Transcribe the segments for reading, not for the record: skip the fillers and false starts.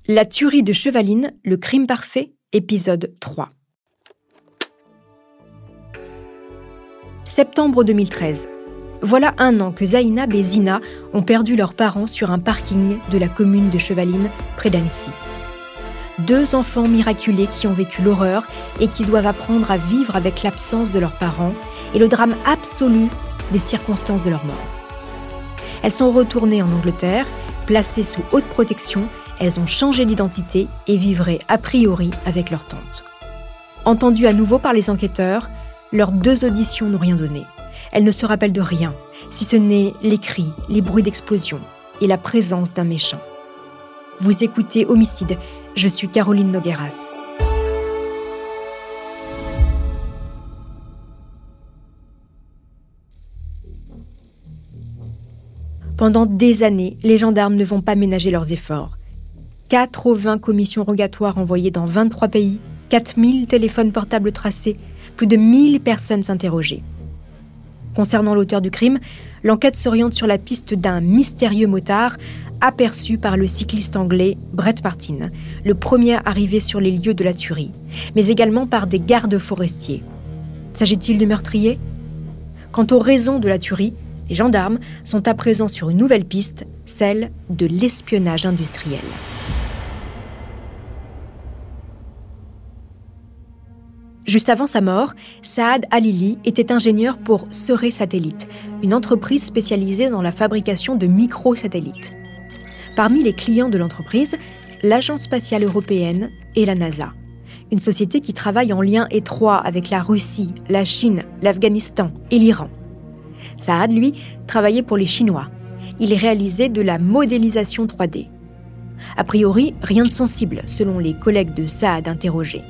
La tuerie de Chevaline, le crime parfait, épisode 3. Septembre 2013. Voilà 1 an que Zainab et Zina ont perdu leurs parents sur un parking de la commune de Chevaline, près d'Annecy. 2 enfants miraculés qui ont vécu l'horreur et qui doivent apprendre à vivre avec l'absence de leurs parents et le drame absolu des circonstances de leur mort. Elles sont retournées en Angleterre, placées sous haute protection, elles ont changé d'identité et vivraient a priori avec leur tante. Entendues à nouveau par les enquêteurs, leurs 2 auditions n'ont rien donné. Elles ne se rappellent de rien, si ce n'est les cris, les bruits d'explosion et la présence d'un méchant. Vous écoutez Homicide, je suis Caroline Nogueras. Pendant des années, les gendarmes ne vont pas ménager leurs efforts. 80 commissions rogatoires envoyées dans 23 pays, 4000 téléphones portables tracés, plus de 1000 personnes interrogées. Concernant l'auteur du crime, l'enquête s'oriente sur la piste d'un mystérieux motard aperçu par le cycliste anglais Brett Martin, le premier arrivé sur les lieux de la tuerie, mais également par des gardes forestiers. S'agit-il du meurtrier ? Quant aux raisons de la tuerie, les gendarmes sont à présent sur une nouvelle piste, celle de l'espionnage industriel. Juste avant sa mort, Saad Halili était ingénieur pour Seret Satellite, une entreprise spécialisée dans la fabrication de microsatellites. Parmi les clients de l'entreprise, l'Agence spatiale européenne et la NASA, une société qui travaille en lien étroit avec la Russie, la Chine, l'Afghanistan et l'Iran. Saad, lui, travaillait pour les Chinois. Il réalisait de la modélisation 3D. A priori, rien de sensible, selon les collègues de Saad interrogés.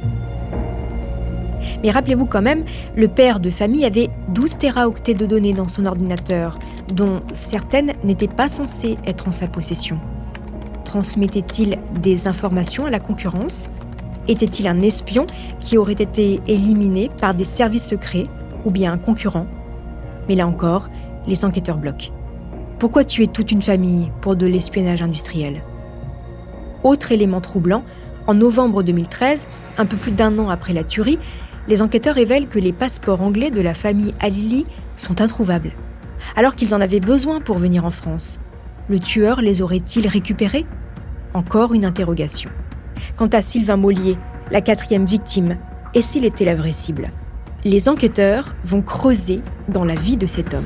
Mais rappelez-vous quand même, le père de famille avait 12 téraoctets de données dans son ordinateur, dont certaines n'étaient pas censées être en sa possession. Transmettait-il des informations à la concurrence ? Était-il un espion qui aurait été éliminé par des services secrets ou bien un concurrent ? Mais là encore, les enquêteurs bloquent. Pourquoi tuer toute une famille pour de l'espionnage industriel ? Autre élément troublant, en novembre 2013, un peu plus d'1 an après la tuerie, les enquêteurs révèlent que les passeports anglais de la famille Halili sont introuvables, alors qu'ils en avaient besoin pour venir en France. Le tueur les aurait-il récupérés ? Encore une interrogation. Quant à Sylvain Mollier, la 4e victime, est-il était la vraie cible ? Les enquêteurs vont creuser dans la vie de cet homme.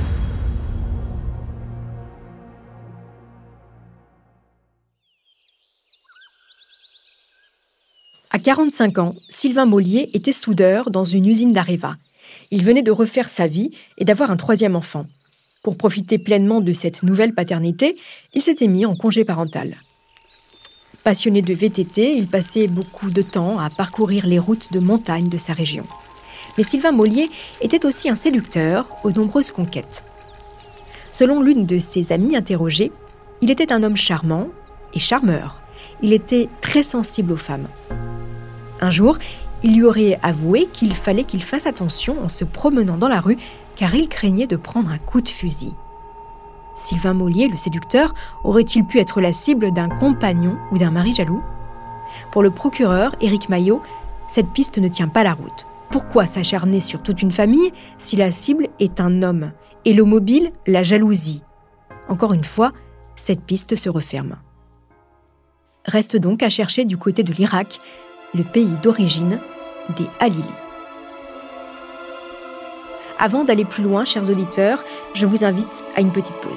À 45 ans, Sylvain Mollier était soudeur dans une usine d'Areva. Il venait de refaire sa vie et d'avoir un 3e enfant. Pour profiter pleinement de cette nouvelle paternité, il s'était mis en congé parental. Passionné de VTT, il passait beaucoup de temps à parcourir les routes de montagne de sa région. Mais Sylvain Mollier était aussi un séducteur aux nombreuses conquêtes. Selon l'une de ses amies interrogées, il était un homme charmant et charmeur. Il était très sensible aux femmes. Un jour, il lui aurait avoué qu'il fallait qu'il fasse attention en se promenant dans la rue car il craignait de prendre un coup de fusil. Sylvain Mollier, le séducteur, aurait-il pu être la cible d'un compagnon ou d'un mari jaloux ? Pour le procureur, Éric Maillot, cette piste ne tient pas la route. Pourquoi s'acharner sur toute une famille si la cible est un homme et le mobile, la jalousie ? Encore une fois, cette piste se referme. Reste donc à chercher du côté de l'Irak, le pays d'origine des Halili. Avant d'aller plus loin, chers auditeurs, je vous invite à une petite pause.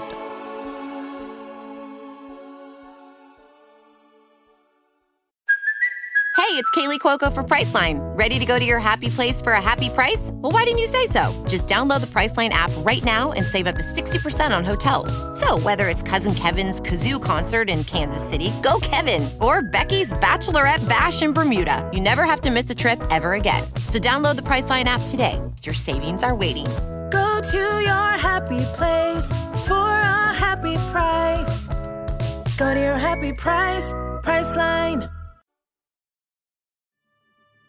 Hey, it's Kaylee Cuoco for Priceline. Ready to go to your happy place for a happy price? Well, why didn't you say so? Just download the Priceline app right now and save up to 60% on hotels. So whether it's Cousin Kevin's Kazoo Concert in Kansas City, go Kevin, or Becky's Bachelorette Bash in Bermuda, you never have to miss a trip ever again. So download the Priceline app today. Your savings are waiting. Go to your happy place for a happy price. Go to your happy price, Priceline.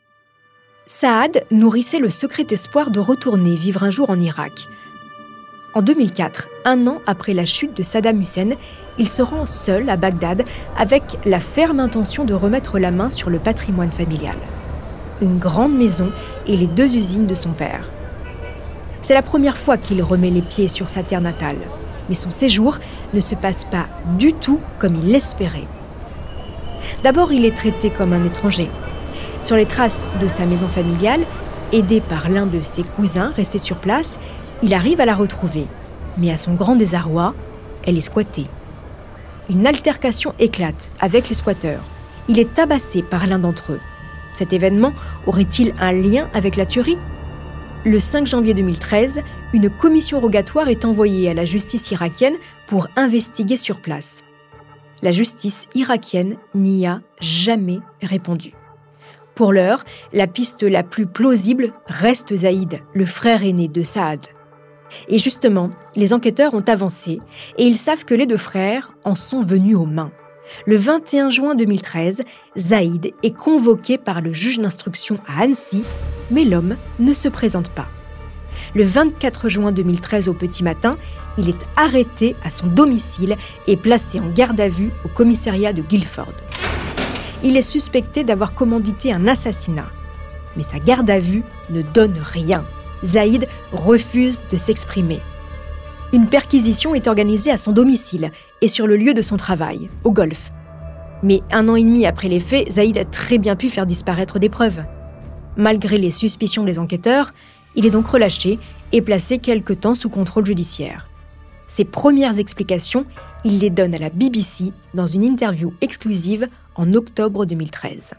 Saad nourrissait le secret espoir de retourner vivre un jour en Irak. En 2004, un an après la chute de Saddam Hussein, il se rend seul à Bagdad avec la ferme intention de remettre la main sur le patrimoine familial. Une grande maison et les 2 usines de son père. C'est la première fois qu'il remet les pieds sur sa terre natale. Mais son séjour ne se passe pas du tout comme il l'espérait. D'abord, il est traité comme un étranger. Sur les traces de sa maison familiale, aidé par l'un de ses cousins restés sur place, il arrive à la retrouver. Mais à son grand désarroi, elle est squattée. Une altercation éclate avec les squatteurs. Il est tabassé par l'un d'entre eux. Cet événement aurait-il un lien avec la tuerie ? Le 5 janvier 2013, une commission rogatoire est envoyée à la justice irakienne pour investiguer sur place. La justice irakienne n'y a jamais répondu. Pour l'heure, la piste la plus plausible reste Zaïd, le frère aîné de Saad. Et justement, les enquêteurs ont avancé et ils savent que les 2 frères en sont venus aux mains. Le 21 juin 2013, Zaïd est convoqué par le juge d'instruction à Annecy, mais l'homme ne se présente pas. Le 24 juin 2013 au petit matin, il est arrêté à son domicile et placé en garde à vue au commissariat de Guildford. Il est suspecté d'avoir commandité un assassinat. Mais sa garde à vue ne donne rien. Zaïd refuse de s'exprimer. Une perquisition est organisée à son domicile et sur le lieu de son travail, au golf. Mais 1 an et demi après les faits, Zaïd a très bien pu faire disparaître des preuves. Malgré les suspicions des enquêteurs, il est donc relâché et placé quelque temps sous contrôle judiciaire. Ses premières explications, il les donne à la BBC dans une interview exclusive en octobre 2013.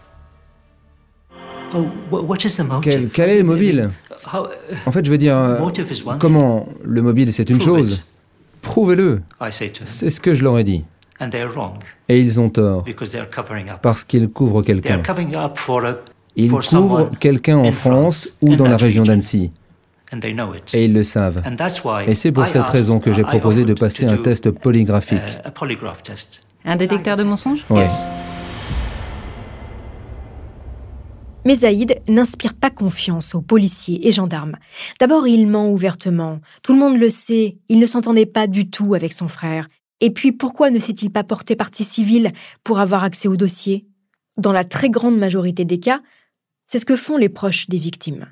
Quel est le mobile ? En fait, je veux dire, comment le mobile, c'est une chose. Prouvez-le. C'est ce que je leur ai dit. Et ils ont tort, parce qu'ils couvrent quelqu'un. Ils couvrent quelqu'un en France ou dans la région d'Annecy. Et ils le savent. Et c'est pour cette raison que j'ai proposé de passer un test polygraphique. Un détecteur de mensonges ? Oui. Mais Zaïd n'inspire pas confiance aux policiers et gendarmes. D'abord, il ment ouvertement. Tout le monde le sait, il ne s'entendait pas du tout avec son frère. Et puis, pourquoi ne s'est-il pas porté partie civile pour avoir accès au dossier ? Dans la très grande majorité des cas, c'est ce que font les proches des victimes.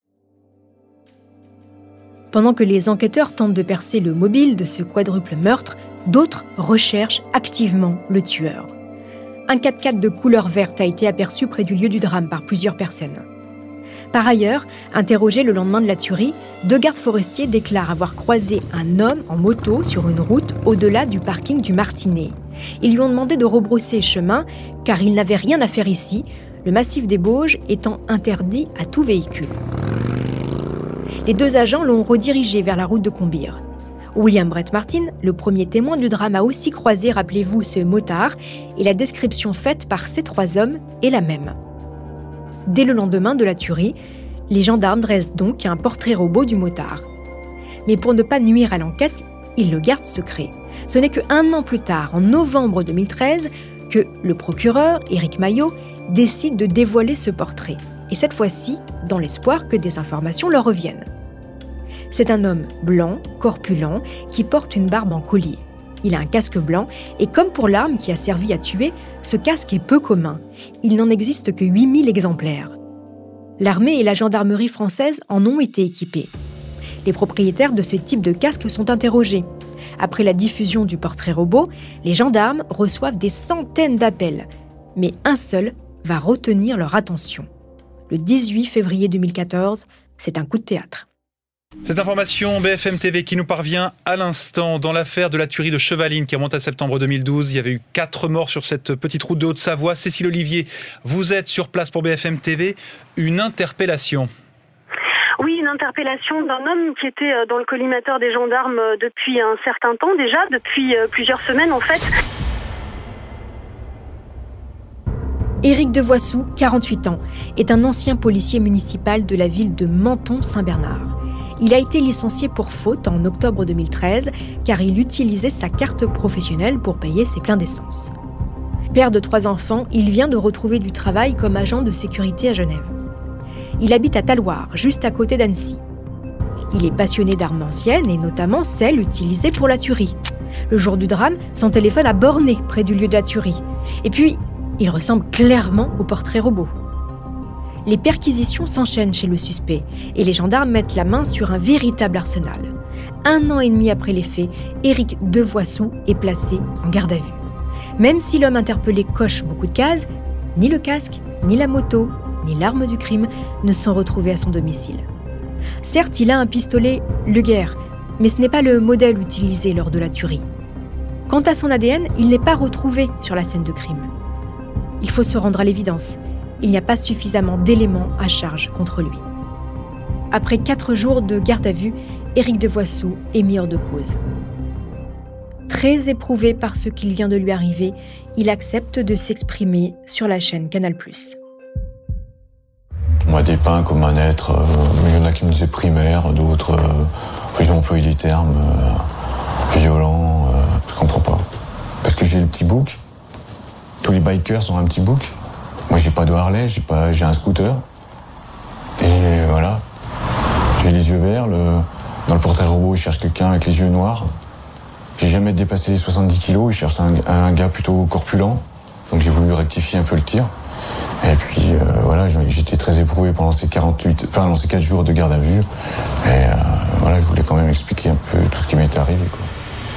Pendant que les enquêteurs tentent de percer le mobile de ce quadruple meurtre, d'autres recherchent activement le tueur. Un 4x4 de couleur verte a été aperçu près du lieu du drame par plusieurs personnes. Par ailleurs, interrogés le lendemain de la tuerie, 2 gardes forestiers déclarent avoir croisé un homme en moto sur une route au-delà du parking du Martinet. Ils lui ont demandé de rebrousser chemin car il n'avait rien à faire ici, le massif des Bauges étant interdit à tout véhicule. Les 2 agents l'ont redirigé vers la route de Combire. William Brett Martin, le premier témoin du drame, a aussi croisé, rappelez-vous, ce motard, et la description faite par ces 3 hommes est la même. Dès le lendemain de la tuerie, les gendarmes dressent donc un portrait robot du motard. Mais pour ne pas nuire à l'enquête, ils le gardent secret. Ce n'est qu'1 an plus tard, en novembre 2013, que le procureur, Éric Maillot, décide de dévoiler ce portrait. Et cette fois-ci, dans l'espoir que des informations leur reviennent. C'est un homme blanc, corpulent, qui porte une barbe en collier. Il a un casque blanc et comme pour l'arme qui a servi à tuer, ce casque est peu commun. Il n'en existe que 8000 exemplaires. L'armée et la gendarmerie française en ont été équipés. Les propriétaires de ce type de casque sont interrogés. Après la diffusion du portrait robot, les gendarmes reçoivent des centaines d'appels. Mais un seul va retenir leur attention. Le 18 février 2014, c'est un coup de théâtre. Cette information BFM TV qui nous parvient à l'instant dans l'affaire de la tuerie de Chevaline qui remonte à septembre 2012. Il y avait eu 4 morts sur cette petite route de Haute-Savoie. Cécile Olivier, vous êtes sur place pour BFM TV. Une interpellation. Oui, une interpellation d'un homme qui était dans le collimateur des gendarmes depuis un certain temps déjà, depuis plusieurs semaines en fait. Éric Devoissou, 48 ans, est un ancien policier municipal de la ville de Menton-Saint-Bernard. Il a été licencié pour faute en octobre 2013 car il utilisait sa carte professionnelle pour payer ses pleins d'essence. Père de 3 enfants, il vient de retrouver du travail comme agent de sécurité à Genève. Il habite à Talloires, juste à côté d'Annecy. Il est passionné d'armes anciennes et notamment celles utilisées pour la tuerie. Le jour du drame, son téléphone a borné près du lieu de la tuerie. Et puis, il ressemble clairement au portrait robot. Les perquisitions s'enchaînent chez le suspect et les gendarmes mettent la main sur un véritable arsenal. 1 an et demi après les faits, Éric Devoissou est placé en garde à vue. Même si l'homme interpellé coche beaucoup de cases, ni le casque, ni la moto, ni l'arme du crime ne sont retrouvés à son domicile. Certes, il a un pistolet Luger, mais ce n'est pas le modèle utilisé lors de la tuerie. Quant à son ADN, il n'est pas retrouvé sur la scène de crime. Il faut se rendre à l'évidence, il n'y a pas suffisamment d'éléments à charge contre lui. Après 4 jours de garde à vue, Éric Devoissou est mis hors de cause. Très éprouvé par ce qu'il vient de lui arriver, il accepte de s'exprimer sur la chaîne Canal+. On m'a dépeint comme un être, il y en a qui me disaient primaire, d'autres, ils ont employé des termes violents, je comprends pas. Parce que j'ai le petit bouc, tous les bikers ont un petit bouc, moi j'ai pas de Harley, j'ai un scooter, et voilà, j'ai les yeux verts, dans le portrait robot il cherche quelqu'un avec les yeux noirs, j'ai jamais dépassé les 70 kilos, il cherche un gars plutôt corpulent, donc j'ai voulu rectifier un peu le tir. Et puis voilà, j'étais très éprouvé pendant ces 4 jours de garde à vue. Et voilà, je voulais quand même expliquer un peu tout ce qui m'était arrivé, quoi.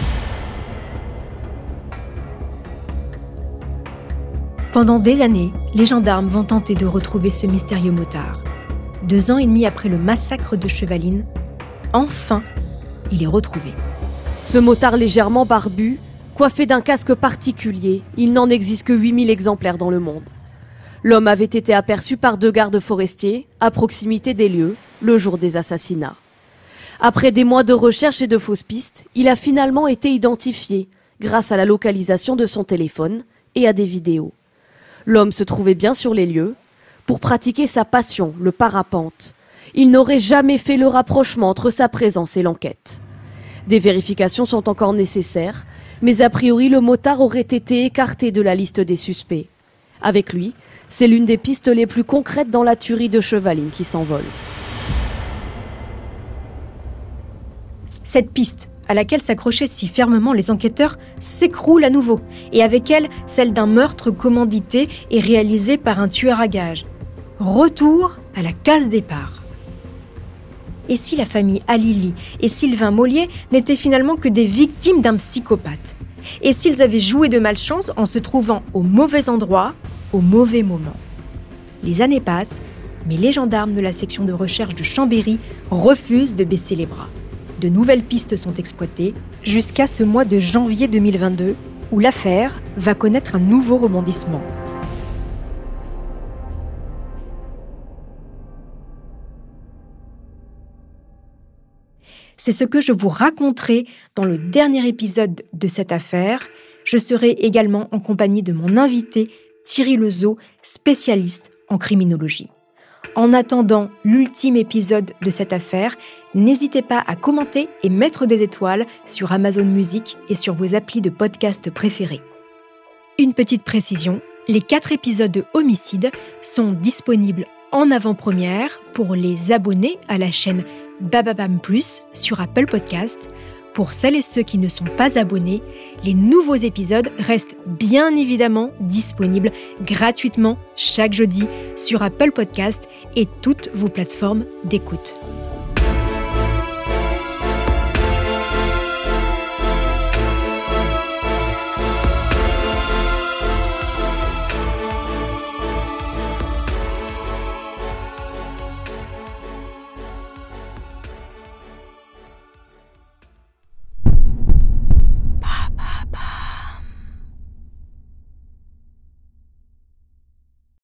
Pendant des années, les gendarmes vont tenter de retrouver ce mystérieux motard. 2 ans et demi après le massacre de Chevaline, enfin, il est retrouvé. Ce motard légèrement barbu, coiffé d'un casque particulier, il n'en existe que 8000 exemplaires dans le monde. L'homme avait été aperçu par 2 gardes forestiers à proximité des lieux, le jour des assassinats. Après des mois de recherche et de fausses pistes, il a finalement été identifié grâce à la localisation de son téléphone et à des vidéos. L'homme se trouvait bien sur les lieux pour pratiquer sa passion, le parapente. Il n'aurait jamais fait le rapprochement entre sa présence et l'enquête. Des vérifications sont encore nécessaires, mais a priori le motard aurait été écarté de la liste des suspects. Avec lui, c'est l'une des pistes les plus concrètes dans la tuerie de Chevaline qui s'envole. Cette piste, à laquelle s'accrochaient si fermement les enquêteurs, s'écroule à nouveau, et avec elle, celle d'un meurtre commandité et réalisé par un tueur à gages. Retour à la case départ. Et si la famille Halili et Sylvain Mollier n'étaient finalement que des victimes d'un psychopathe ? Et s'ils avaient joué de malchance en se trouvant au mauvais endroit, au mauvais moment ? Les années passent, mais les gendarmes de la section de recherche de Chambéry refusent de baisser les bras. De nouvelles pistes sont exploitées jusqu'à ce mois de janvier 2022 où l'affaire va connaître un nouveau rebondissement. C'est ce que je vous raconterai dans le dernier épisode de cette affaire. Je serai également en compagnie de mon invité Thierry Lezeau, spécialiste en criminologie. En attendant l'ultime épisode de cette affaire, n'hésitez pas à commenter et mettre des étoiles sur Amazon Music et sur vos applis de podcast préférés. Une petite précision, les 4 épisodes de Homicide sont disponibles en avant-première pour les abonnés à la chaîne Bababam Plus sur Apple Podcast. Pour celles et ceux qui ne sont pas abonnés, les nouveaux épisodes restent bien évidemment disponibles gratuitement chaque jeudi sur Apple Podcast et toutes vos plateformes d'écoute.